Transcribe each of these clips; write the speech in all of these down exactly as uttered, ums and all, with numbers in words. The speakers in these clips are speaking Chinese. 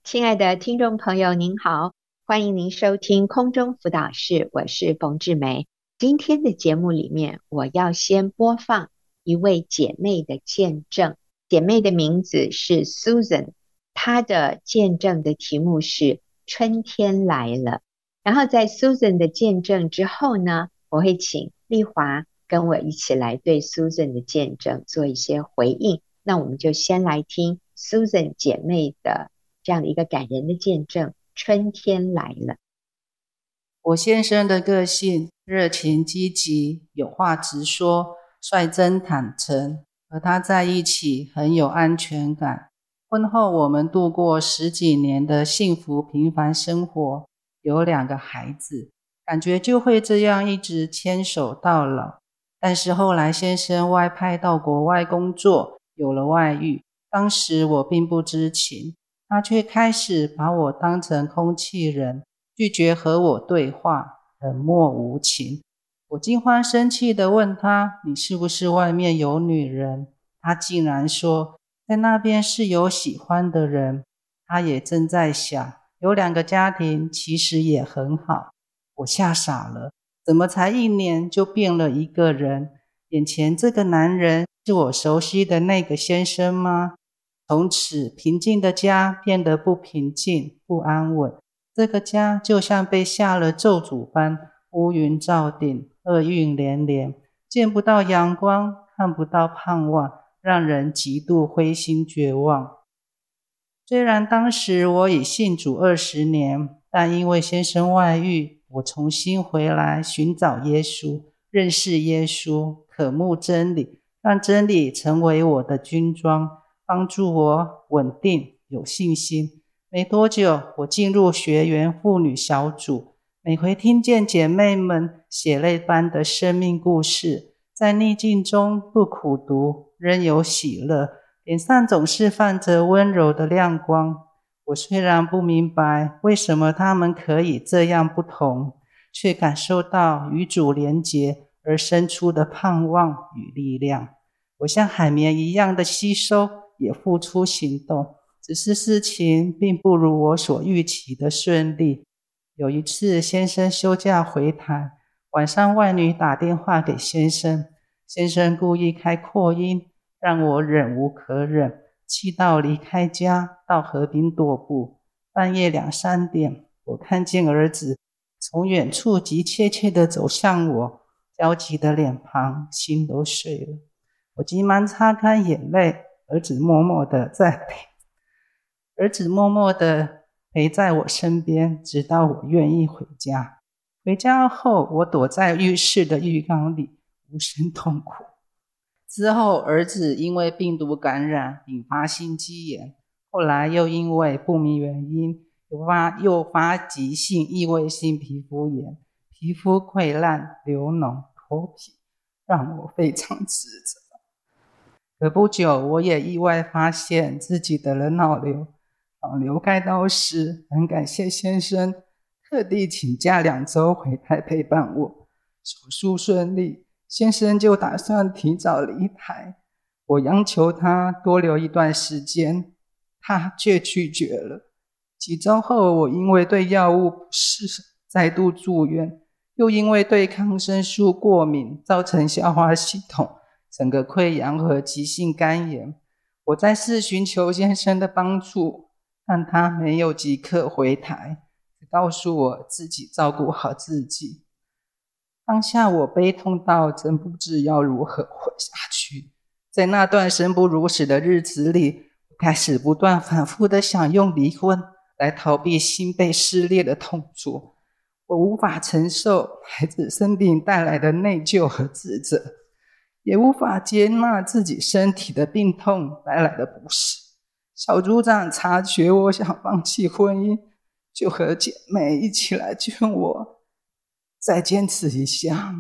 亲爱的听众朋友，您好，欢迎您收听空中辅导室，我是冯志梅。今天的节目里面，我要先播放一位姐妹的见证。姐妹的名字是 Susan， 她的见证的题目是春天来了。然后在 Susan 的见证之后呢，我会请丽华跟我一起来对 Susan 的见证做一些回应。那我们就先来听 Susan 姐妹的这样的一个感人的见证，春天来了。 我先生的个性热情积极，有话直说，率真坦诚，和他在一起很有安全感。婚后我们度过十几年的幸福平凡生活，有两个孩子，感觉就会这样一直牵手到老。但是后来先生外派到国外工作，有了外遇，当时我并不知情，他却开始把我当成空气人，拒绝和我对话，冷漠无情。我惊慌生气地问他，你是不是外面有女人？他竟然说，在那边是有喜欢的人。他也正在想，有两个家庭其实也很好。我吓傻了，怎么才一年就变了一个人？眼前这个男人是我熟悉的那个先生吗？从此平静的家变得不平静，不安稳。这个家就像被下了咒诅般，乌云罩顶，厄运连连，见不到阳光，看不到盼望，让人极度灰心绝望。虽然当时我已信主二十年，但因为先生外遇，我重新回来寻找耶稣，认识耶稣，渴慕真理，让真理成为我的军装，帮助我稳定有信心。没多久，我进入学员妇女小组，每回听见姐妹们血泪般的生命故事，在逆境中不苦读，仍有喜乐，脸上总是泛着温柔的亮光。我虽然不明白为什么他们可以这样不同，却感受到与主连结而生出的盼望与力量。我像海绵一样的吸收，也付出行动，只是事情并不如我所预期的顺利。有一次先生休假回台，晚上外女打电话给先生，先生故意开扩音，让我忍无可忍，气到离开家到河边踱步。半夜两三点，我看见儿子从远处急切切地走向我，焦急的脸庞，心都碎了。我急忙擦干眼泪，儿子默默地在陪儿子默默地陪在我身边，直到我愿意回家。回家后，我躲在浴室的浴缸里，无声痛苦。之后，儿子因为病毒感染引发心肌炎，后来又因为不明原因诱发诱发急性异位性皮肤炎，皮肤溃烂、流脓、脱皮，让我非常自责。可不久，我也意外发现自己得了脑瘤。脑瘤开刀时，很感谢先生特地请假两周回台陪伴我。手术顺利，先生就打算提早离台。我央求他多留一段时间，他却拒绝了。几周后，我因为对药物不适再度住院，又因为对抗生素过敏，造成消化系统整个溃疡和急性肝炎。我再次寻求先生的帮助，但他没有即刻回台，只告诉我自己照顾好自己。当下我悲痛到真不知要如何活下去。在那段生不如死的日子里，我开始不断反复地想用离婚来逃避心被撕裂的痛楚。我无法承受孩子生病带来的内疚和自责，也无法接纳自己身体的病痛带来的不适。小组长察觉我想放弃婚姻，就和姐妹一起来劝我再坚持一下，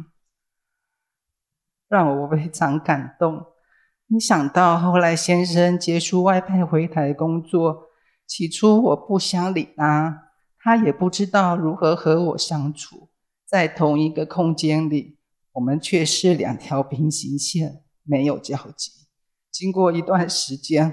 让我非常感动。没想到后来先生结束外派回台工作，起初我不想理他，他也不知道如何和我相处。在同一个空间里，我们却是两条平行线，没有交集。经过一段时间，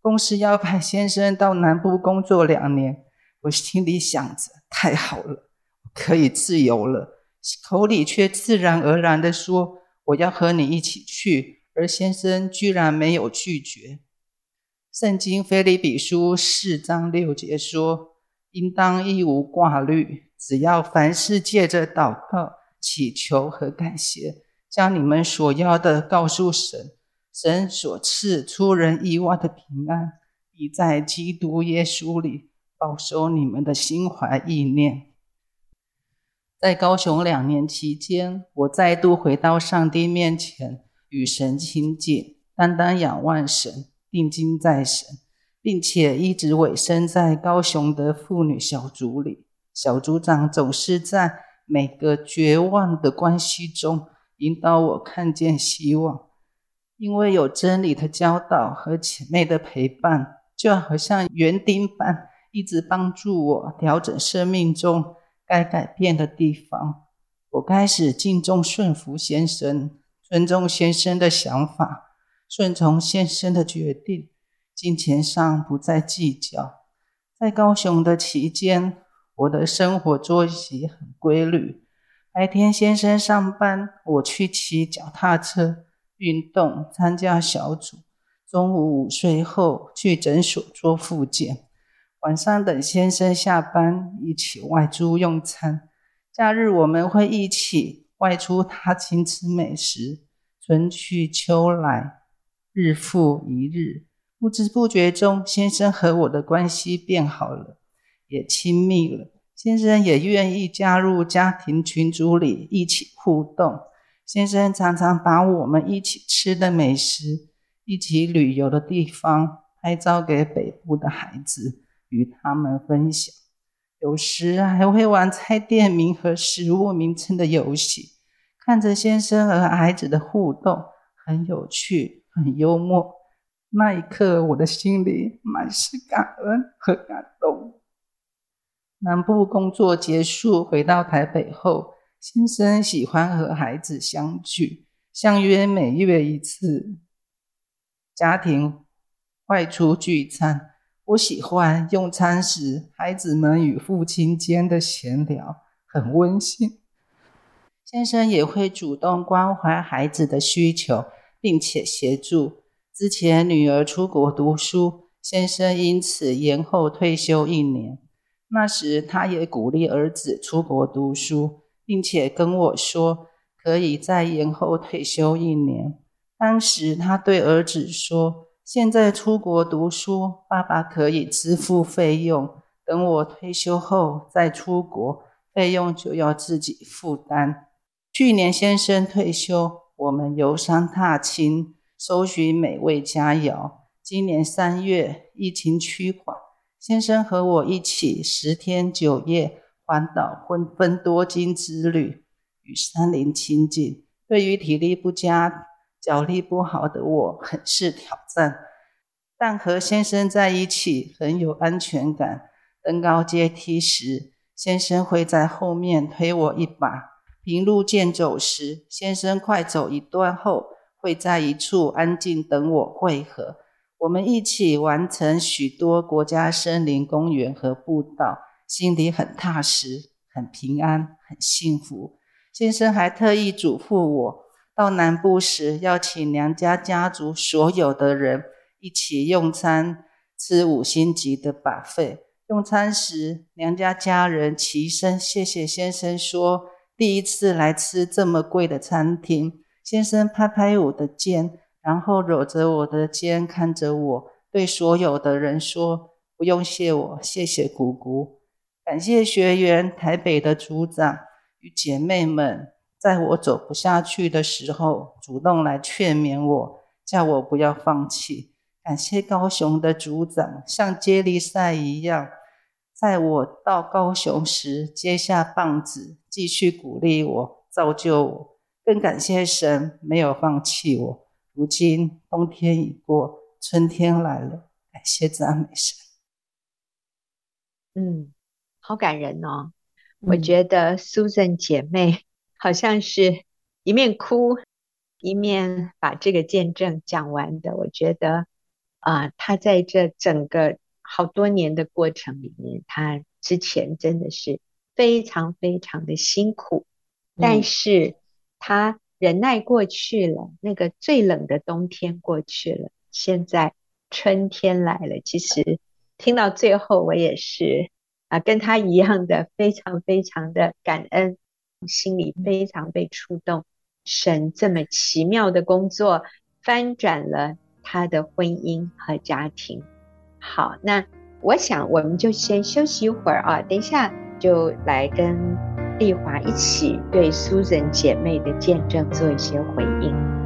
公司要派先生到南部工作两年，我心里想着太好了，可以自由了，口里却自然而然地说我要和你一起去，而先生居然没有拒绝。圣经腓立比书四章六节说，应当一无挂虑，只要凡事借着祷告、祈求和感谢，将你们所要的告诉神，神所赐出人意外的平安，必在基督耶稣里保守你们的心怀意念。在高雄两年期间，我再度回到上帝面前，与神亲近，单单仰望神，定睛在神，并且一直委身在高雄的妇女小组里。小组长总是在每个绝望的关系中引导我看见希望，因为有真理的教导和姐妹的陪伴，就好像园丁般一直帮助我调整生命中该改变的地方。我开始敬重顺服先生，尊重先生的想法，顺从先生的决定，金钱上不再计较。在高雄的期间，我的生活作息很规律，白天先生上班，我去骑脚踏车运动，参加小组，中午午睡后去诊所做复健，晚上等先生下班一起外出用餐，假日我们会一起外出踏青吃美食，春去秋来，日复一日。不知不觉中，先生和我的关系变好了，也亲密了。先生也愿意加入家庭群组里一起互动。先生常常把我们一起吃的美食、一起旅游的地方拍照给北部的孩子，与他们分享。有时还会玩猜店名和食物名称的游戏，看着先生和孩子的互动，很有趣，很幽默。那一刻，我的心里满是感恩和感动。南部工作结束，回到台北后，先生喜欢和孩子相聚，相约每月一次家庭外出聚餐。我喜欢用餐时孩子们与父亲间的闲聊，很温馨。先生也会主动关怀孩子的需求，并且协助。之前女儿出国读书，先生因此延后退休一年。那时他也鼓励儿子出国读书，并且跟我说可以再延后退休一年。当时他对儿子说，现在出国读书，爸爸可以支付费用，等我退休后再出国，费用就要自己负担。去年先生退休，我们游山踏青，搜寻美味佳肴。今年三月，疫情趋缓，先生和我一起十天九夜环岛芬多金之旅，与山林亲近。对于体力不佳、脚力不好的我很是挑战，但和先生在一起很有安全感。登高阶梯时，先生会在后面推我一把；平路健走时，先生快走一段后会在一处安静等我会合。我们一起完成许多国家森林公园和步道，心里很踏实，很平安，很幸福。先生还特意嘱咐我，到南部时要请娘家家族所有的人一起用餐，吃五星级的 buffet。 用餐时，娘家家人齐声谢谢先生，说第一次来吃这么贵的餐厅。先生拍拍我的肩，然后揉着我的肩，看着我，对所有的人说，不用谢我，谢谢姑姑。感谢学员台北的组长与姐妹们，在我走不下去的时候主动来劝勉我，叫我不要放弃。感谢高雄的组长，像接力赛一样，在我到高雄时接下棒子，继续鼓励我，造就我。更感谢神没有放弃我。如今冬天已过，春天来了，感谢赞美神。 嗯，好感人哦。 嗯、 我觉得 Susan 姐妹好像是一面哭一面把这个见证讲完的。我觉得啊、他在这整个好多年的过程里面，他之前真的是非常非常的辛苦，但嗯是他忍耐过去了，那个最冷的冬天过去了，现在春天来了。其实听到最后，我也是啊，跟他一样的，非常非常的感恩，心里非常被触动。神这么奇妙的工作，翻转了他的婚姻和家庭。好，那我想我们就先休息一会儿啊，等一下就来跟丽华一起对 Susan 姐妹的见证做一些回应。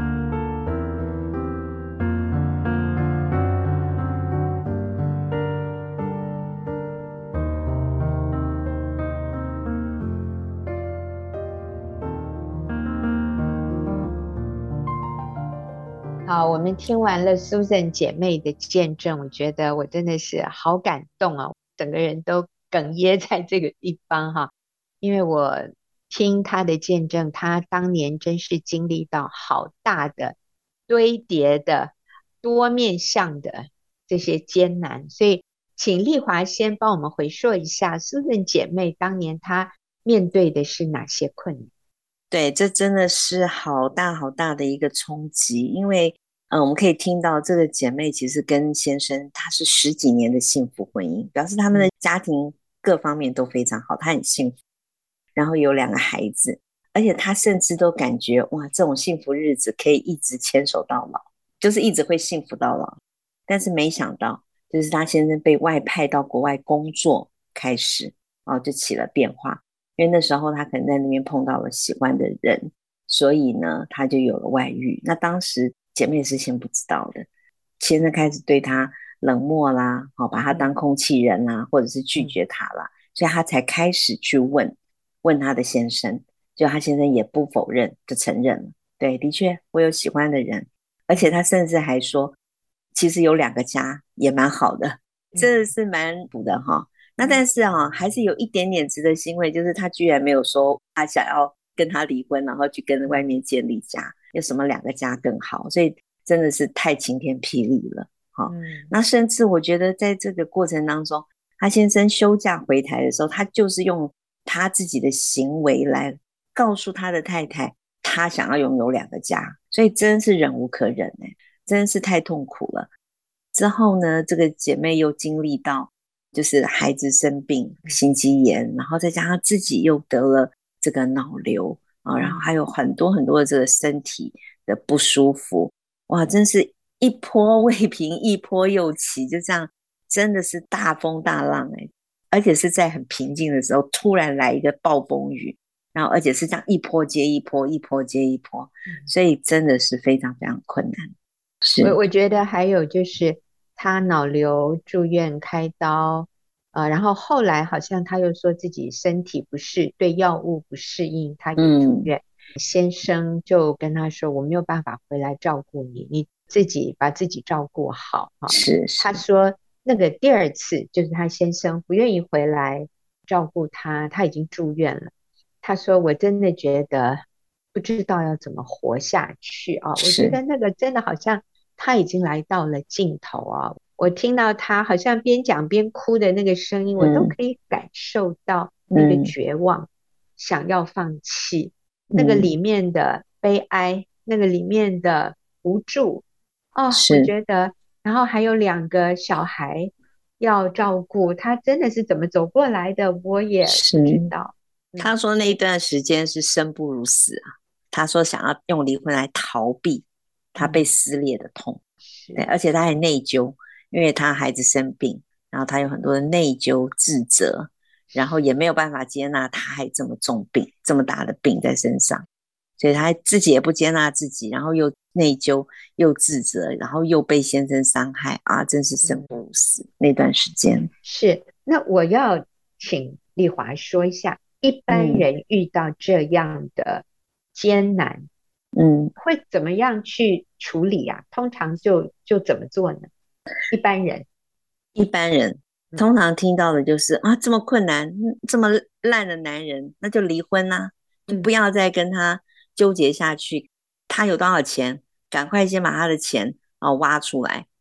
好，我们听完了 Susan 姐妹的见证，我觉得我真的是好感动啊，整个人都哽咽在这个地方哈，因为我听她的见证，她当年真是经历到好大的堆叠的多面向的这些艰难，所以请丽华先帮我们回溯一下 Susan 姐妹当年她面对的是哪些困难。 对，这真的是好大好大的一个冲击，因为，嗯、呃我们可以听到这个姐妹其实跟先生他是十几年的幸福婚姻，表示他们的家庭各方面都非常好，他很幸福，然后有两个孩子，而且他甚至都感觉哇，这种幸福日子可以一直牵手到老，就是一直会幸福到老。但是没想到，就是他先生被外派到国外工作开始，哦，就起了变化。因为那时候他可能在那边碰到了喜欢的人，所以呢，他就有了外遇。那当时姐妹是先不知道的，先生开始对他冷漠啦，好、把他当空气人啦，或者是拒绝他啦，所以他才开始去问问他的先生，就他先生也不否认，就承认了，对，的确我有喜欢的人，而且他甚至还说，其实有两个家也蛮好的，这是蛮补的哈。那但是啊，还是有一点点值得欣慰，就是他居然没有说他想要跟他离婚，然后去跟外面建立家，有什么两个家更好，所以真的是太晴天霹雳了。好、嗯，那甚至我觉得在这个过程当中，他先生休假回台的时候，他就是用他自己的行为来告诉他的太太，他想要拥有两个家，所以真是忍无可忍哎、欸，真是太痛苦了。之后呢，这个姐妹又经历到就是孩子生病心肌炎，然后再加上自己又得了这个脑瘤啊，然后还有很多很多的这个身体的不舒服，哇，真是一波未平一波又起，就这样真的是大风大浪哎、欸，而且是在很平静的时候突然来一个暴风雨，然后而且是这样一波接一波，一波接一波，所以真的是非常非常困难。是， 我我觉得还有就是他脑瘤住院开刀，呃，然后后来好像他又说自己身体不适，对药物不适应，他也住院。嗯、先生就跟他说：“我没有办法回来照顾你，你自己把自己照顾好。”哈， 是是。 他说那个第二次就是他先生不愿意回来照顾他，他已经住院了。他说：“我真的觉得不知道要怎么活下去啊！我觉得那个真的好像。”他已经来到了尽头啊！我听到他好像边讲边哭的那个声音，我都可以感受到那个绝望，嗯、想要放弃，嗯、那个里面的悲哀，那个里面的无助啊！我觉得，然后还有两个小孩要照顾，他真的是怎么走过来的，我也不知道。 嗯、他说那一段时间是生不如死啊！他说想要用离婚来逃避。他被撕裂的痛，嗯、对，而且他还内疚，因为他孩子生病，然后他有很多的内疚、自责，然后也没有办法接纳他还这么重病、这么大的病在身上，所以他自己也不接纳自己，然后又内疚、又自责，然后又被先生伤害啊，真是生不如死。嗯、那段时间是，那我要请丽华说一下，一般人遇到这样的艰难。嗯嗯，会怎么样去处理啊？通常就就怎么做呢？一般人， 一般人通常听到的就是、嗯、啊，这么困难，这么烂的男人，那就离婚啊，就不要再跟他纠结下去。他有多少钱，赶快先把他的钱啊挖出来，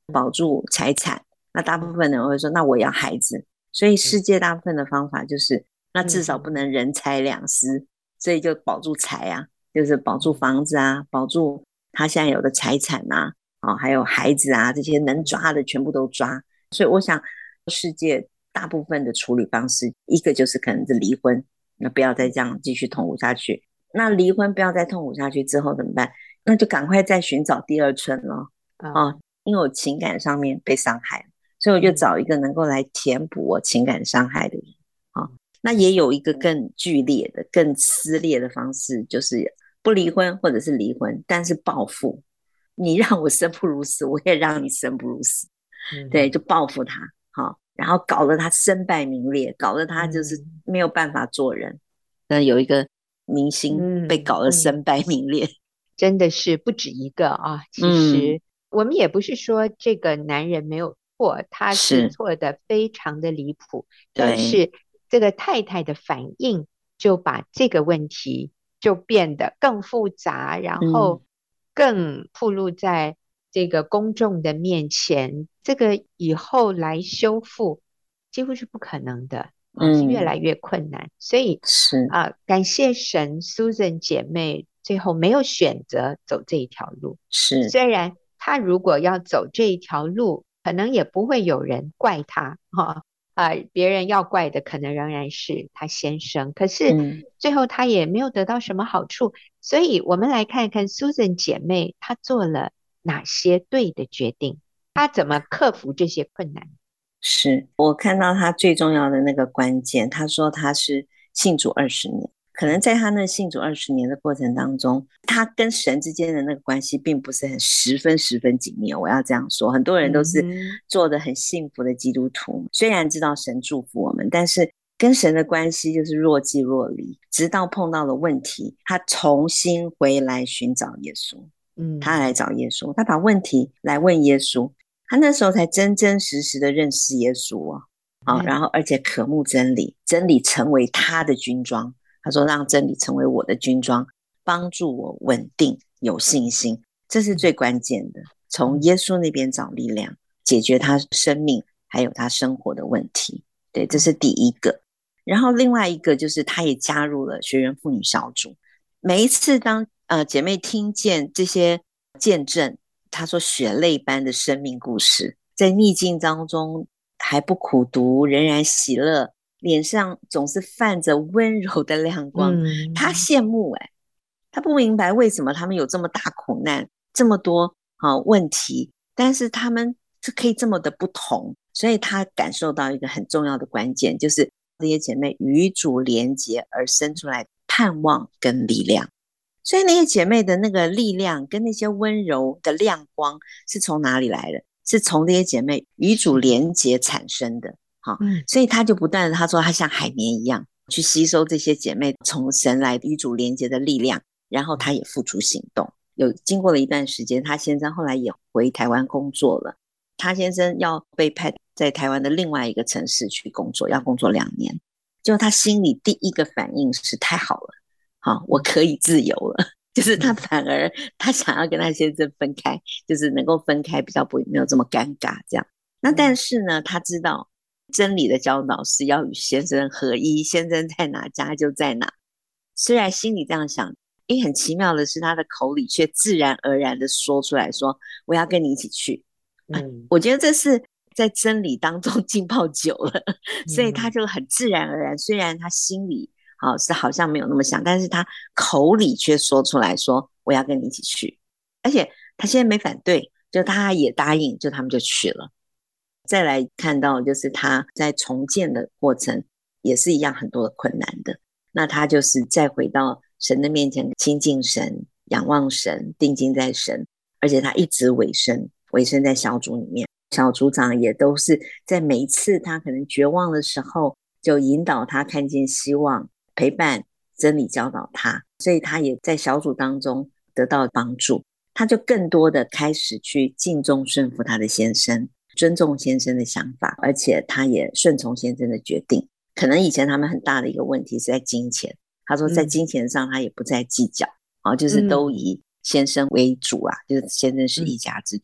保住财产。那大部分人会说，那我要孩子。所以世界大部分的方法就是，那至少不能人财两失，所以就保住财啊，就是保住房子啊，保住他现在有的财产啊，哦，还有孩子啊，这些能抓的全部都抓。所以我想，世界大部分的处理方式，一个就是可能是离婚，那不要再这样继续痛苦下去。那离婚不要再痛苦下去之后怎么办？那就赶快再寻找第二春了。哦，因为我情感上面被伤害，所以我就找一个能够来填补我情感伤害的人。哦，那也有一个更剧烈的、更撕裂的方式，就是不离婚或者是离婚，但是报复。你让我生不如死，我也让你生不如死。嗯、对，就报复他。好、哦，然后搞得他身败名裂，搞得他就是没有办法做人。那有一个明星被搞得身败名裂。嗯嗯， 真的是不止一个啊。其实我们也不是说这个男人没有错，他是错的非常的离谱，但是这个太太的反应就把这个问题就变得更复杂，然后更暴露在这个公众的面前，嗯、这个以后来修复几乎是不可能的。嗯、是越来越困难。所以是啊、呃，感谢神 Susan 姐妹最后没有选择走这一条路。 是， 虽然她如果要走这一条路，可能也不会有人怪她哈啊、呃，别人要怪的可能仍然是她先生。可是最后她也没有得到什么好处。嗯、所以我们来看看 Susan 姐妹她做了哪些对的决定，她怎么克服这些困难。 是我看到他最重要的那个关键，他说他是信主二十年，可能在他那信主二十年的过程当中，他跟神之间的那个关系并不是很十分十分紧密。我要这样说，很多人都是做得很幸福的基督徒，嗯、虽然知道神祝福我们，但是跟神的关系就是若即若离，直到碰到了问题，他重新回来寻找耶稣。嗯，他来找耶稣，他把问题来问耶稣。他那时候才真真实实的认识耶稣啊，好、哦，然后而且渴慕真理，真理成为他的军装。他说让真理成为我的军装，帮助我稳定有信心，这是最关键的。从耶稣那边找力量，解决他生命还有他生活的问题。对，这是第一个。然后另外一个就是他也加入了学员妇女小组。每一次当呃姐妹听见这些见证，他说血泪般的生命故事，在逆境当中还不苦读，仍然喜乐，脸上总是泛着温柔的亮光。嗯、他羡慕哎、欸，他不明白为什么他们有这么大苦难，这么多、啊、问题，但是他们是可以这么的不同。所以他感受到一个很重要的关键，就是这些姐妹与主连结而生出来盼望跟力量。所以那些姐妹的那个力量跟那些温柔的亮光是从哪里来的？是从这些姐妹与主连结产生的。好，所以他就不断的，他说他像海绵一样去吸收这些姐妹从神来与主连结的力量，然后他也付诸行动。有经过了一段时间，他先生后来也回台湾工作了。他先生要被派在台湾的另外一个城市去工作，要工作两年。就他心里第一个反应是太好了。好，我可以自由了，就是他反而他想要跟他先生分开，就是能够分开比较不没有这么尴尬这样。那但是呢，他知道真理的教导是要与先生合一，先生在哪家就在哪。虽然心里这样想，诶，很奇妙的是他的口里却自然而然的说出来说我要跟你一起去。嗯、啊，我觉得这是在真理当中浸泡久了，所以他就很自然而然，虽然他心里好、哦、是好像没有那么想，但是他口里却说出来说我要跟你一起去，而且他现在没反对，就他也答应，就他们就去了。再来看到就是他在重建的过程也是一样很多的困难的，那他就是再回到神的面前亲近神，仰望神，定睛在神，而且他一直委身委身在小组里面，小组长也都是在每一次他可能绝望的时候就引导他看见希望，陪伴真理教导他，所以他也在小组当中得到帮助。他就更多的开始去敬重顺服他的先生，尊重先生的想法，而且他也顺从先生的决定。可能以前他们很大的一个问题是在金钱，他说在金钱上他也不再计较、嗯、就是都以先生为主啊，就是先生是一家之主、嗯、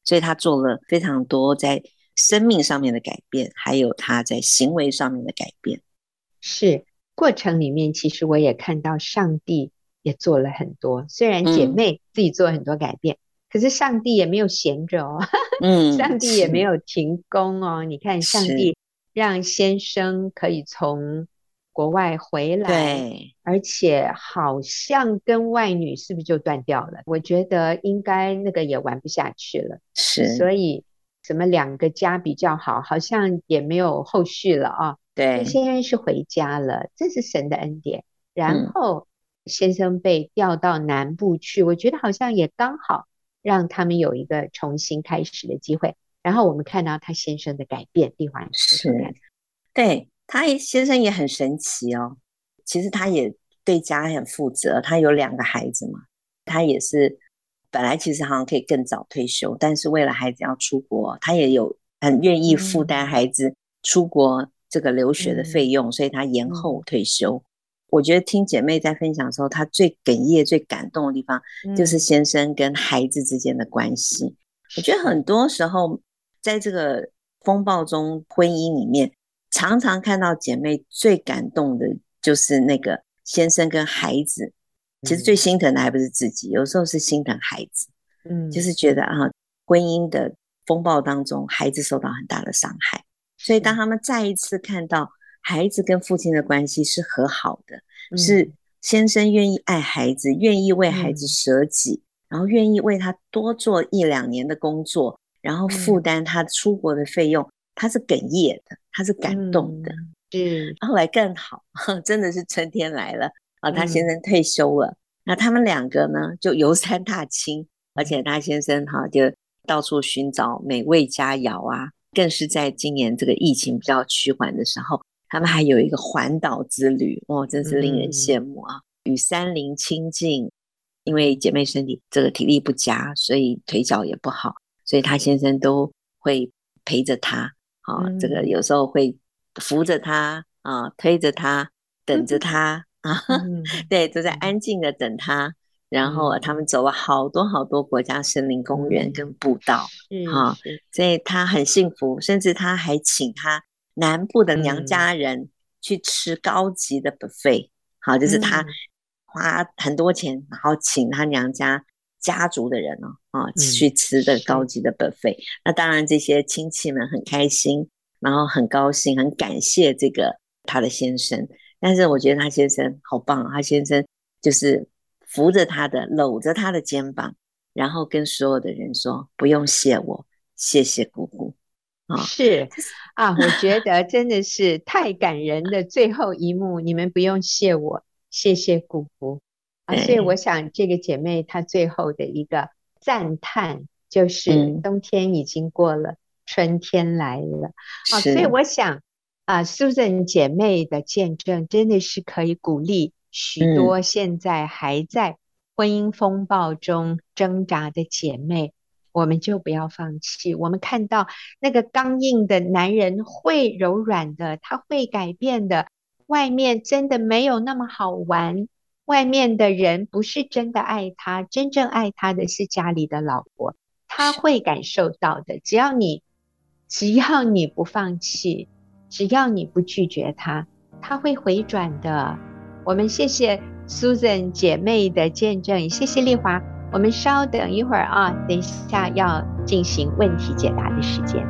所以她做了非常多在生命上面的改变，还有她在行为上面的改变。 是，过程里面其实我也看到上帝也做了很多，虽然姐嗯妹自己做很多改变，可是上帝也没有闲着哦， 嗯， 上帝也没是有停工哦。你看，上是， 帝让先生可以从国外回来， 对， 而且好像跟外女是不是就断掉了？我觉得应该那个也玩不下去了， 是， 所以什么两个家比较好，好像也没有后续了啊。那对， 先生是回家了，这是神的恩典。然嗯后先生被调到南部去，我觉得好像也刚好让他们有一个重新开始的机会。然后我们看到他先生的改变，丽华说说看。 是。对，他也先生也很神奇哦。其实他也对家很负责，他有两个孩子嘛，他也是本来其实好像可以更早退休，但是为了孩子要出国，他也有很愿意负担嗯孩子出国这个留学的费嗯用，所以他延后嗯退休。我觉得听姐妹在分享的时候，她最哽咽、最感动的地方，就是嗯， 先生跟孩子之间的关系。我觉得是， 很多时候，在这个风暴中，婚姻里面，常常看到姐妹最感动的就是那个先生跟孩子。其实最嗯心疼的还不是自己，有时候是心疼孩子，就是嗯觉得啊，婚姻的风暴当中，孩子受到很大的伤害。所以当是， 他们再一次看到孩子跟父亲的关系是和好的，是嗯先生愿意爱孩子，愿意为孩子嗯舍己，然后愿意为他多做一两年的工作，然后负嗯担他出国的费用，他是哽咽的，他是感动的。 嗯，是， 后来更好，真的是春天来了啊！他先嗯生退休了，那他们两个呢就游山踏青，而且他先生哈就到处寻找美味佳肴啊，更是在今年这个疫情比较趋缓的时候，他们还有一个环岛之旅，哦，真是令人嗯羡慕啊！与山林亲近，因为姐妹身体这个体力不佳，所以腿脚也不好，所以他先生都会陪着他，啊，这个嗯有时候会扶着他啊，推着他，等着他啊， 嗯对，都在嗯安静的等他。然后他们嗯走了好多好多国家森林公园跟嗯， 步道，哈、 是是， 所以他很幸福，甚至他还请他南部的娘嗯家人去吃高级的 buffet，好，就是他嗯花很多钱，然后请他娘家家族的人哦，啊， 嗯， 去吃的高是， 级的 buffet。那当然，这些亲戚们很开心，然后很高兴，很感谢这个他的先生。但是我觉得他先生好棒，他先生就是扶着他的，搂着他的肩膀，然后跟所有的人说：“不用谢我，谢谢姑姑。”啊， 是啊，我觉得真的是太感人的最后一幕，你们不用谢我，谢谢姑姑啊。所以我对， 想这个姐妹她最后的一个赞叹就是嗯， 冬天已经过了，春天来了啊。所以是， 我想啊，Susan 姐妹的见证真的是可以鼓励许嗯， 多现在还在婚姻风暴中挣扎的姐妹。我们就不要放弃。我们看到那个刚硬的男人会柔软的，他会改变的。外面真的没有那么好玩，外面的人不是真的爱他，真正爱他的是家里的老婆，他是， 会感受到的。只要你，只要你不放弃，只要你不拒绝他，他会回转的。我们谢谢 Susan 姐妹的见证，谢谢丽华。我们稍等一会儿啊，等一下要进行问题解答的时间。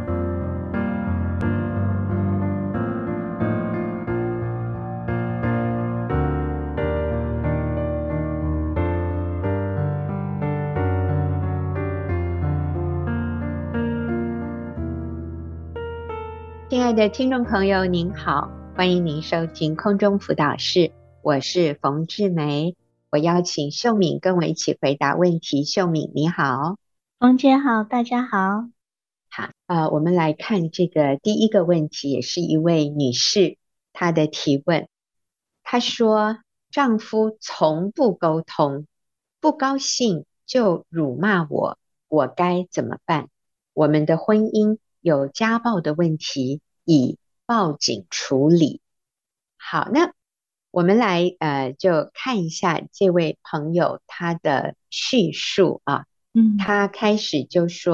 亲爱的听众朋友，您好，欢迎您收听空中辅导室，我是冯志梅。我邀请秀敏跟我一起回答问题。秀敏，你好。 冯姐好，大家好。 好，呃，我们来看这个第一个问题，也是一位女士她的提问。她说，丈夫从不沟通，不高兴就辱骂我，我该怎么办？我们的婚姻有家暴的问题，已报警处理。好，那我们来呃，就看一下这位朋友他的叙述啊。 嗯他开始就说，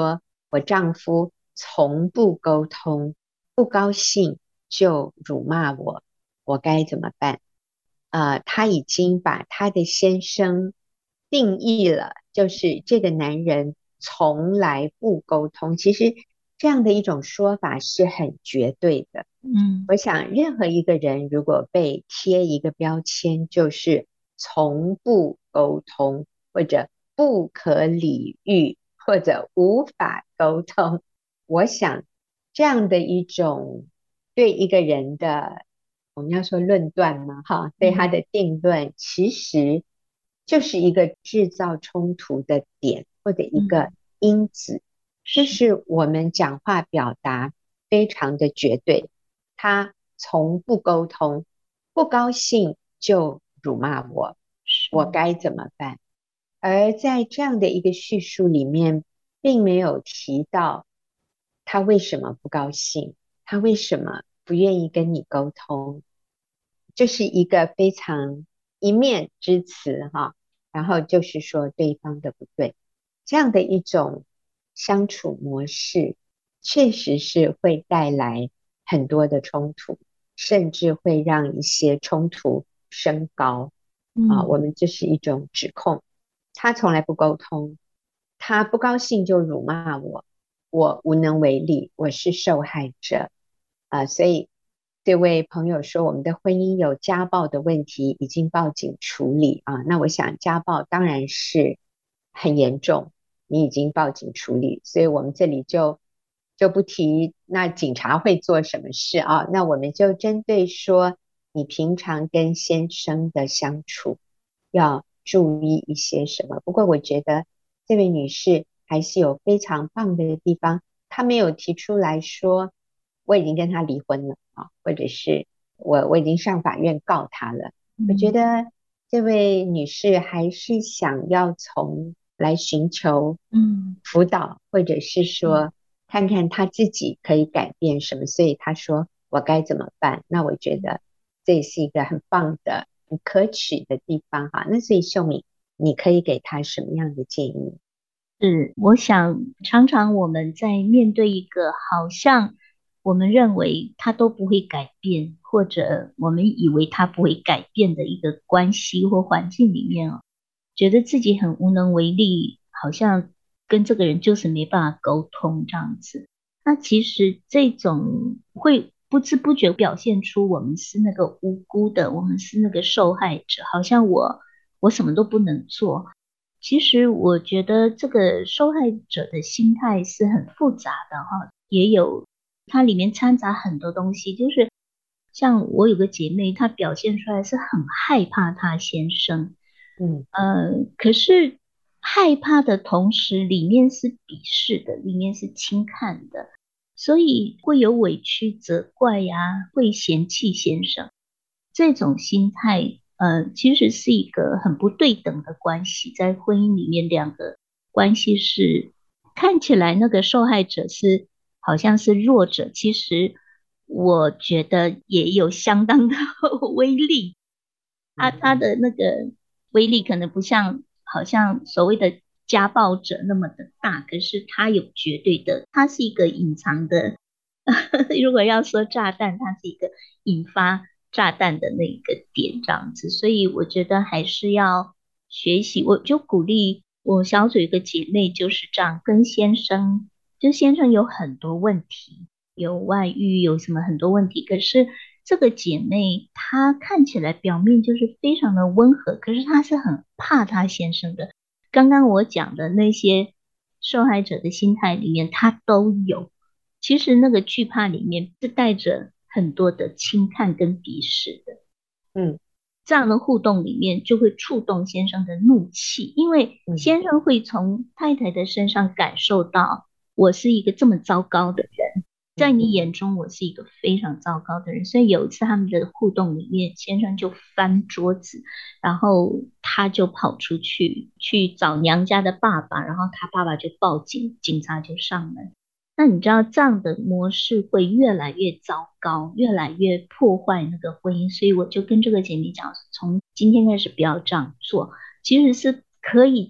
我丈夫从不沟通，不高兴就辱骂我，我该怎么办？呃，他已经把他的先生定义了，就是这个男人从来不沟通。其实这样的一种说法是很绝对的。 嗯我想，任何一个人如果被贴一个标签，就是从不沟通，或者不可理喻，或者无法沟通，我想这样的一种对一个人的，我们要说论断嘛，哈，对他嗯的定论，其实就是一个制造冲突的点或者一个嗯， 因子，就是是我们讲话表达非常的绝对。他从不沟通，不高兴就辱骂我， 是， 我该怎么办？而在这样的一个叙述里面，并没有提到他为什么不高兴，他为什么不愿意跟你沟通，这是一个非常一面之词哈，然后就是说对方的不对，这样的一种相处模式，确实是会带来很多的冲突，甚至会让一些冲突升高啊。我嗯们这是一种指控，他从来不沟通，他不高兴就辱骂我，我无能为力，我是受害者啊。所以这位朋友说，我们的婚姻有家暴的问题，已经报警处理啊。那我想家暴当然是很严重，你已经报警处理，所以我们这里就就不提那警察会做什么事啊。那我们就针对说你平常跟先生的相处要注意一些什么。不过我觉得这位女士还是有非常棒的地方，她没有提出来说我已经跟他离婚了啊，或者是我我已经上法院告他了。我觉嗯得这位女士还是想要从来寻求嗯， 辅导，或者是是。 说看看她自己可以改变什么，所以她说我该怎么办？那我觉得这也是一个很棒的、很可取的地方哈。那所以秀敏，你可以给她什么样的建议？ 是，我想常常我们在面对一个好像我们认为他都不会改变，或者我们以为他不会改变的一个关系或环境里面哦，觉得自己很无能为力，好像跟这个人就是没办法沟通这样子。那其实这种会不知不觉表现出我们是那个无辜的，我们是那个受害者，好像我我什么都不能做。其实我觉得这个受害者的心态是很复杂的哈，也有它里面掺杂很多东西，就是像我有个姐妹，她表现出来是很害怕她先生， 嗯呃，可是害怕的同时，里面是鄙视的，里面是轻看的，所以会有委屈、责怪呀、会嫌弃先生。这种心态，呃，其实是一个很不对等的关系，在婚姻里面，两个关系是看起来那个受害者是好像是弱者，其实我觉得也有相当的威力。他他嗯的那个威力可能不像好像所谓的家暴者那么的大，可是他有绝对的，他是一个隐藏的。如果要说炸弹，它是一个引发炸弹的那一个点，这样子。所以我觉得还是要学习。我就鼓励我小组有一个姐妹就是这样，跟先生，就先生有很多问题，有外遇，有什么很多问题，可是这个姐妹她看起来表面就是非常的温和，可是她是很怕她先生的。刚刚我讲的那些受害者的心态里面，她都有。其实那个惧怕里面是带着很多的轻看跟鄙视的。 嗯这样的互动里面就会触动先生的怒气，因为嗯先生会从太太的身上感受到我是一个这么糟糕的人，在嗯你眼中我是一个非常糟糕的人，所以有一次他们的互动里面，先生就翻桌子，然后他就跑出去去找娘家的爸爸，然后他爸爸就报警，警察就上门。那你知道这样的模式会越来越糟糕，越来越破坏那个婚姻，所以我就跟这个姐妹讲，从今天开始不要这样做，其实是可以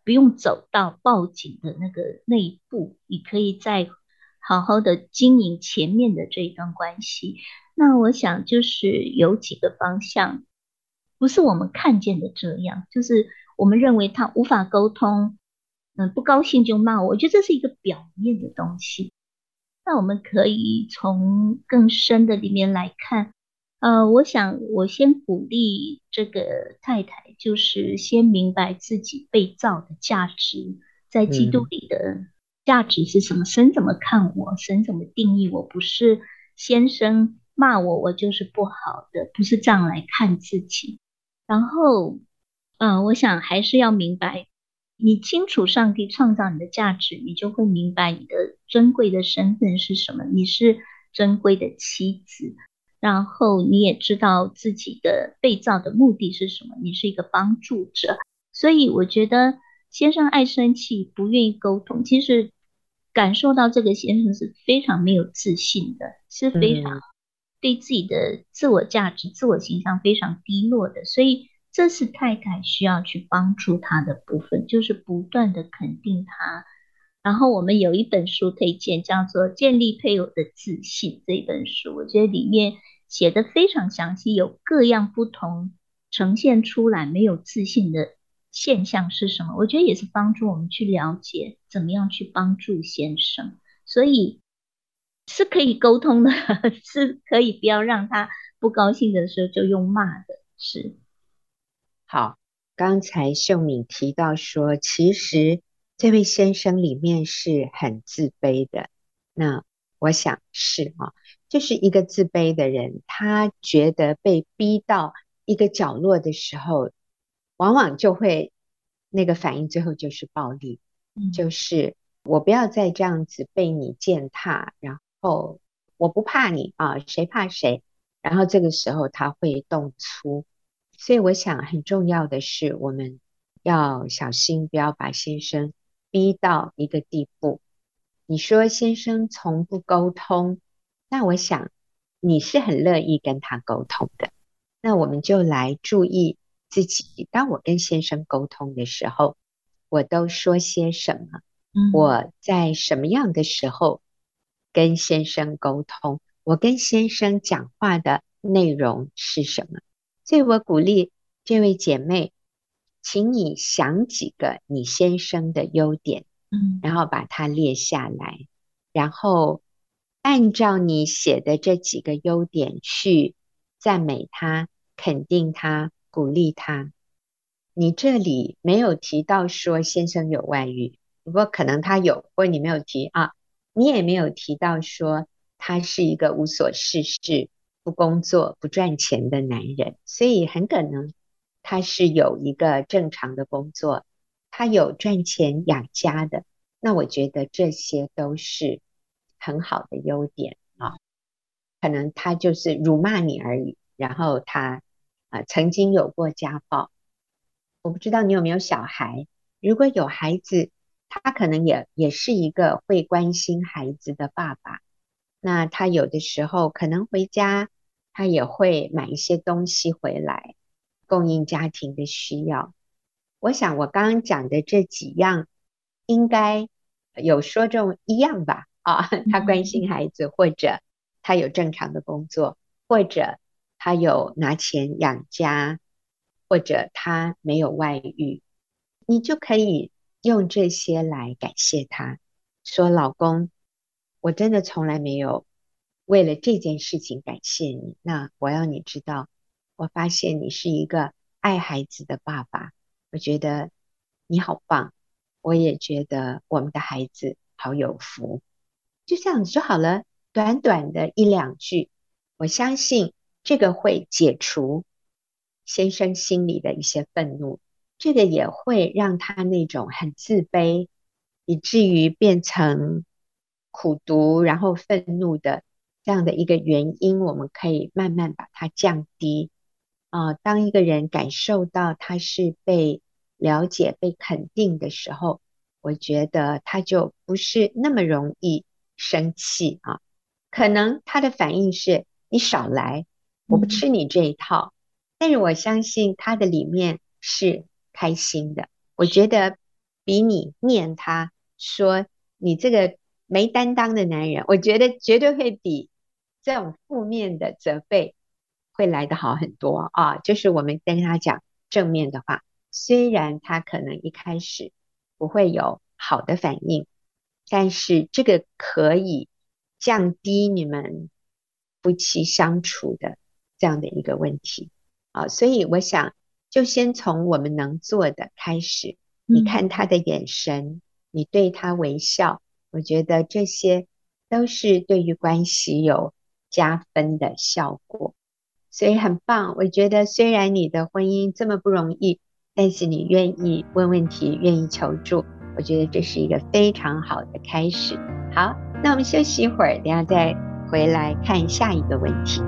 不用走到报警的那个那一步，你可以再好好的经营前面的这一段关系。那我想就是有几个方向，不是我们看见的这样，就是我们认为他无法沟通，嗯，不高兴就骂我，我觉得这是一个表面的东西。那我们可以从更深的里面来看，呃，我想我先鼓励这个太太，就是先明白自己被造的价值，在基督嗯里的价值是什么，神怎么看我，神怎么定义我，不是先生骂我，我就是不好的，不是这样来看自己。然后，嗯、呃我想还是要明白，你清楚上帝创造你的价值，你就会明白你的珍贵的身份是什么。你是珍贵的妻子，然后你也知道自己的被造的目的是什么，你是一个帮助者。所以我觉得先生爱生气，不愿意沟通，其实感受到这个先生是非常没有自信的，是非常嗯对自己的自我价值、自我形象非常低落的，所以这是太太需要去帮助他的部分，就是不断的肯定他。然后我们有一本书推荐，叫做《建立配偶的自信》这一本书，我觉得里面写的非常详细，有各样不同呈现出来没有自信的现象是什么，我觉得也是帮助我们去了解怎么样去帮助先生。所以是可以沟通的，是可以不要让他不高兴的时候就用骂的，是。 好，刚才秀敏提到说，其实这位先生里面是很自卑的。那我想是啊，就是一个自卑的人，他觉得被逼到一个角落的时候，往往就会那个反应最后就是暴力， 嗯就是我不要再这样子被你践踏，然后我不怕你啊，谁怕谁？然后这个时候他会动粗。所以我想很重要的是，我们要小心，不要把先生逼到一个地步。你说先生从不沟通，那我想你是很乐意跟他沟通的。那我们就来注意自己，当我跟先生沟通的时候，我都说些什么？ 嗯我在什么样的时候跟先生沟通？我跟先生讲话的内容是什么？所以我鼓励这位姐妹，请你想几个你先生的优点， 嗯然后把它列下来，然后按照你写的这几个优点去赞美他、肯定他、鼓励他。你这里没有提到说先生有外遇，不过可能他有，或你没有提啊，你也没有提到说他是一个无所事事、不工作、不赚钱的男人，所以很可能他是有一个正常的工作，他有赚钱养家的。那我觉得这些都是很好的优点啊，可能他就是辱骂你而已，然后他啊、呃曾经有过家暴。我不知道你有没有小孩，如果有孩子，他可能也也是一个会关心孩子的爸爸。那他有的时候可能回家，他也会买一些东西回来，供应家庭的需要。我想我刚刚讲的这几样，应该有说中一样吧？啊，他关嗯心孩子，或者他有正常的工作，或者他有拿钱养家，或者他没有外遇，你就可以用这些来感谢他，说老公，我真的从来没有为了这件事情感谢你。那我要你知道，我发现你是一个爱孩子的爸爸，我觉得你好棒，我也觉得我们的孩子好有福。就这样子就好了，短短的一两句，我相信这个会解除先生心里的一些愤怒，这个也会让他那种很自卑，以至于变成苦毒，然后愤怒的这样的一个原因，我们可以慢慢把它降低。啊、呃当一个人感受到他是被了解、被肯定的时候，我觉得他就不是那么容易生气啊。可能他的反应是你少来，我不嗯吃你这一套，但是我相信他的里面是开心的。我觉得比你念他说你这个没担当的男人，我觉得绝对会比这种负面的责备会来得好很多啊。就是我们跟他讲正面的话，虽然他可能一开始不会有好的反应，但是这个可以降低你们夫妻相处的这样的一个问题啊。所以我想就先从我们能做的开始，你看他的眼神，你对他微笑，我觉得这些都是对于关系有加分的效果，所以很棒。我觉得虽然你的婚姻这么不容易，但是你愿意问问题，愿意求助，我觉得这是一个非常好的开始。好，那我们休息一会儿，等一下再回来看下一个问题。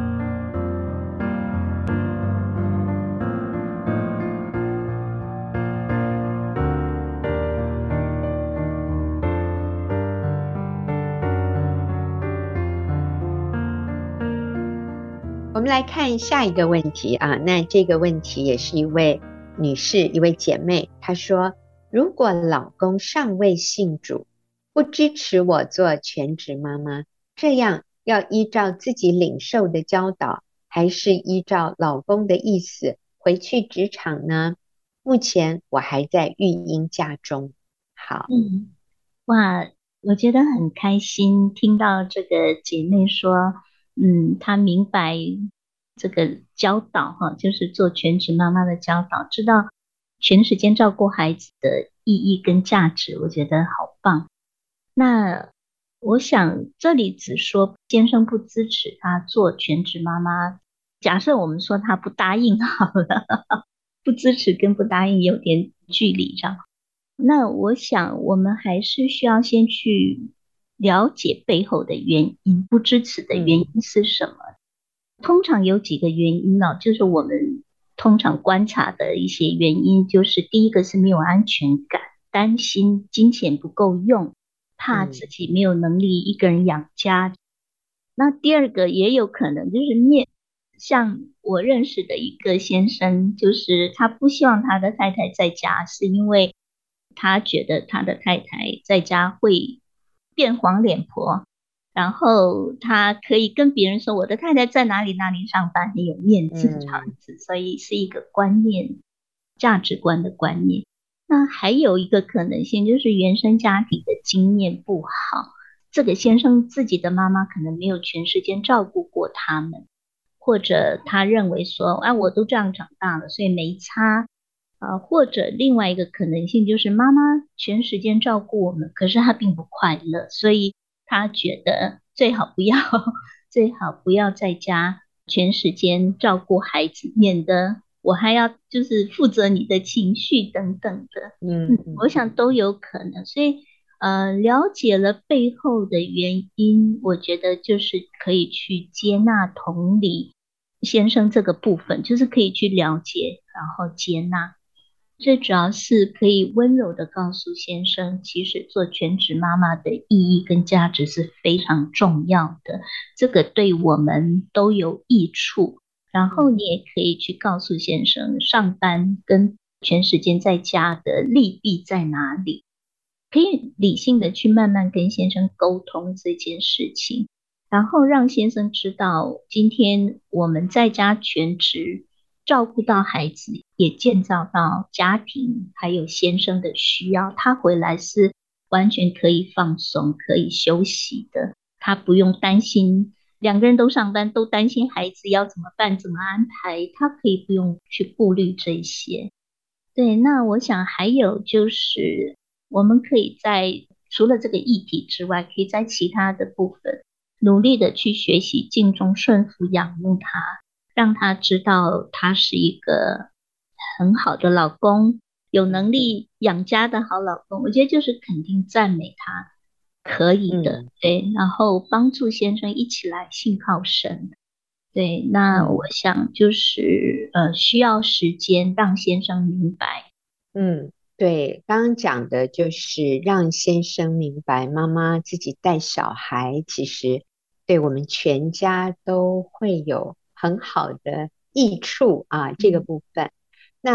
我们来看下一个问题啊，那这个问题也是一位女士，一位姐妹，她说，如果老公尚未信主，不支持我做全职妈妈，这样要依照自己领受的教导，还是依照老公的意思回去职场呢？目前我还在育婴假中。好， 嗯，哇，我觉得很开心听到这个姐妹说，嗯，她明白这个教导哈，就是做全职妈妈的教导，知道全时间照顾孩子的意义跟价值，我觉得好棒。那我想这里只说先生不支持她做全职妈妈，假设我们说他不答应好了，不支持跟不答应有点距离这样。那我想我们还是需要先去了解背后的原因，不支持的原因是什么？通常有几个原因呢、哦，就是我们通常观察的一些原因，就是第一个是没有安全感，担心金钱不够用，怕自己没有能力一个人养家。嗯、那第二个也有可能就是面，像我认识的一个先生，就是他不希望他的太太在家，是因为他觉得他的太太在家会变黄脸婆，然后他可以跟别人说我的太太在哪里哪里上班，很有面子这样子，所以是一个观念价值观的观念。那还有一个可能性就是原生家庭的经验不好，这个先生自己的妈妈可能没有全时间照顾过他们，或者他认为说啊我都这样长大了所以没差。呃，或者另外一个可能性就是妈妈全时间照顾我们，可是她并不快乐，所以她觉得最好不要，最好不要在家全时间照顾孩子，免得我还要就是负责你的情绪等等的。嗯，嗯我想都有可能。所以呃，了解了背后的原因，我觉得就是可以去接纳同理先生这个部分，就是可以去了解，然后接纳。最主要是可以温柔的告诉先生，其实做全职妈妈的意义跟价值是非常重要的，这个对我们都有益处。然后你也可以去告诉先生，上班跟全时间在家的利弊在哪里，可以理性的去慢慢跟先生沟通这件事情，然后让先生知道，今天我们在家全职照顾到孩子，也建造到家庭还有先生的需要，他回来是完全可以放松可以休息的，他不用担心两个人都上班都担心孩子要怎么办怎么安排，他可以不用去顾虑这些。对，那我想还有就是我们可以在除了这个议题之外，可以在其他的部分努力的去学习敬重顺服仰慕他，让他知道他是一个很好的老公，有能力养家的好老公。我觉得就是肯定赞美他可以的、嗯、对，然后帮助先生一起来信靠神。对，那我想就是呃需要时间让先生明白。 嗯，对，刚刚讲的就是让先生明白妈妈自己带小孩其实对我们全家都会有很好的益处啊，这个部分。那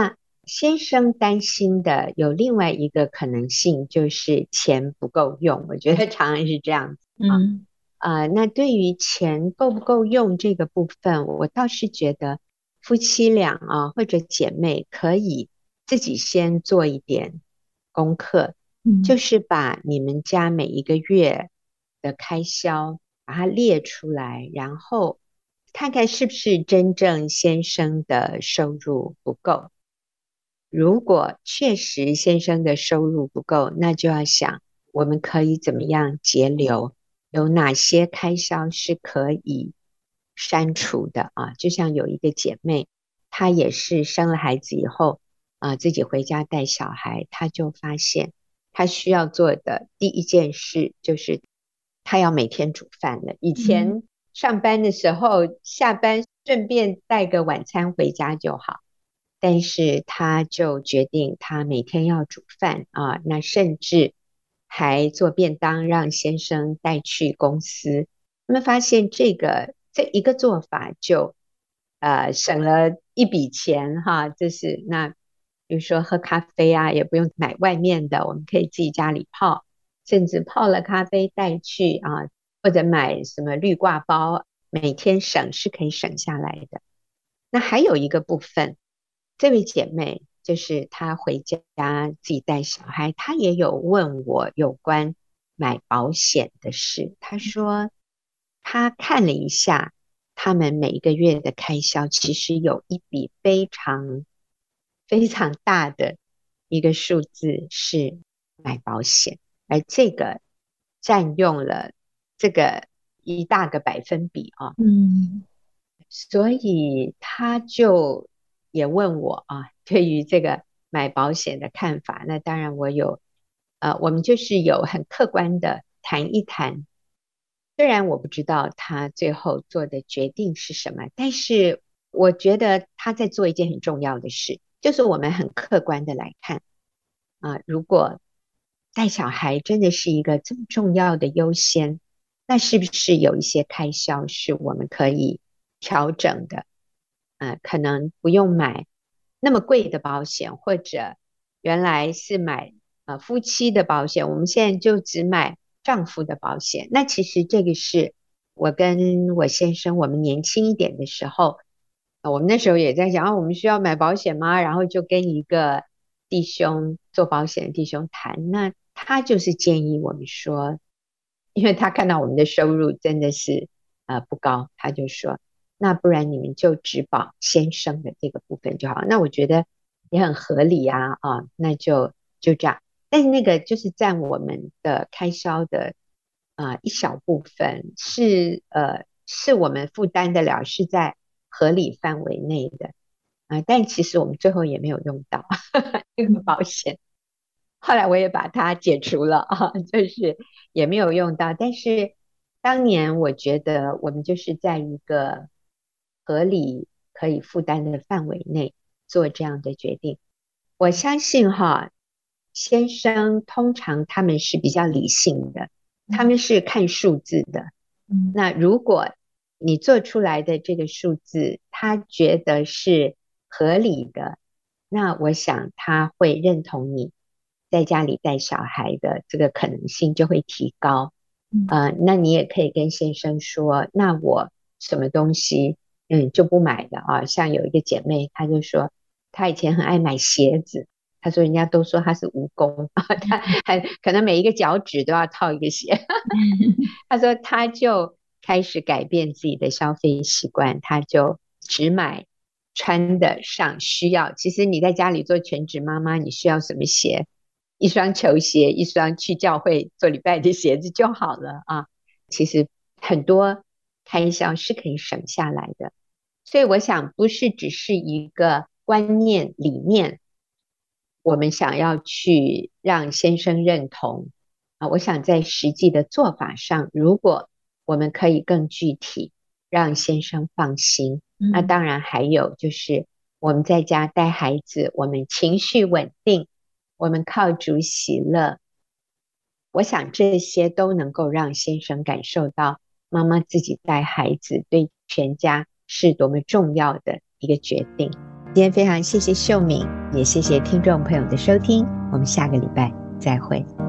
先生担心的有另外一个可能性，就是钱不够用。我觉得常常是这样子啊。 嗯呃，那对于钱够不够用这个部分，我倒是觉得夫妻俩啊，或者姐妹可以自己先做一点功课，就嗯是把你们家每一个月的开销把它列出来，然后看看是不是真正先生的收入不够。如果确实先生的收入不够，那就要想我们可以怎么样节流，有哪些开销是可以删除的啊？就像有一个姐妹，她也是生了孩子以后啊，自己回家带小孩，她就发现她需要做的第一件事就是她要每天煮饭了。以嗯前上班的时候，下班顺便带个晚餐回家就好。但是他就决定他每天要煮饭啊，那甚至还做便当让先生带去公司。他们发现这个这一个做法就呃省了一笔钱哈，这是那比如说喝咖啡啊，也不用买外面的，我们可以自己家里泡，甚至泡了咖啡带去啊，或者买什么绿挂包，每天省是可以省下来的。那还有一个部分。这位姐妹就是她回家自己带小孩，她也有问我有关买保险的事。她说她看了一下他们每一个月的开销，其实有一笔非常非常大的一个数字是买保险，而这个占用了这个一大个百分比啊。 嗯所以他就也问我啊，对于这个买保险的看法。那当然我有，呃，我们就是有很客观的谈一谈。虽然我不知道他最后做的决定是什么，但是我觉得他在做一件很重要的事，就是我们很客观的来看啊，如果带小孩真的是一个这么重要的优先，那是不是有一些开销是我们可以调整的？呃，可能不用买那么贵的保险，或者原来是买呃夫妻的保险，我们现在就只买丈夫的保险。那其实这个是我跟我先生我们年轻一点的时候，呃我们那时候也在想啊，我们需要买保险吗？然后就跟一个弟兄做保险的弟兄谈，那他就是建议我们说，因为他看到我们的收入真的是呃不高，他就说，那不然你们就只保先生的这个部分就好。那我觉得也很合理啊，啊，那就就这样。但是那个就是占我们的开销的啊、呃一小部分，是呃是我们负担得了，是在合理范围内的啊、呃但其实我们最后也没有用到这个保险。后来我也把它解除了啊，就是也没有用到。但是当年我觉得我们就是在一个合理可以负担的范围内做这样的决定。我相信哈，先生通常他们是比较理性的，他们是看数字的。 嗯那如果你做出来的这个数字，他觉得是合理的，那我想他会认同你在家里带小孩的这个可能性就会提高。 嗯呃，那你也可以跟先生说，那我什么东西嗯就不买了啊。像有一个姐妹，她就说她以前很爱买鞋子，她说人家都说她是蜈蚣啊，她还可能每一个脚趾都要套一个鞋。她说她就开始改变自己的消费习惯，她就只买穿得上需要。其实你在家里做全职妈妈，你需要什么鞋？一双球鞋，一双去教会做礼拜的鞋子就好了啊。其实很多开销是可以省下来的，所以我想不是只是一个观念理念，我们想要去让先生认同啊。我想在实际的做法上，如果我们可以更具体，让先生放心，那嗯当然还有就是我们在家带孩子，我们情绪稳定，我们靠主喜乐，我想这些都能够让先生感受到妈妈自己带孩子对全家是多么重要的一个决定。 今天非常谢谢秀敏，也谢谢听众朋友的收听，我们下个礼拜再会。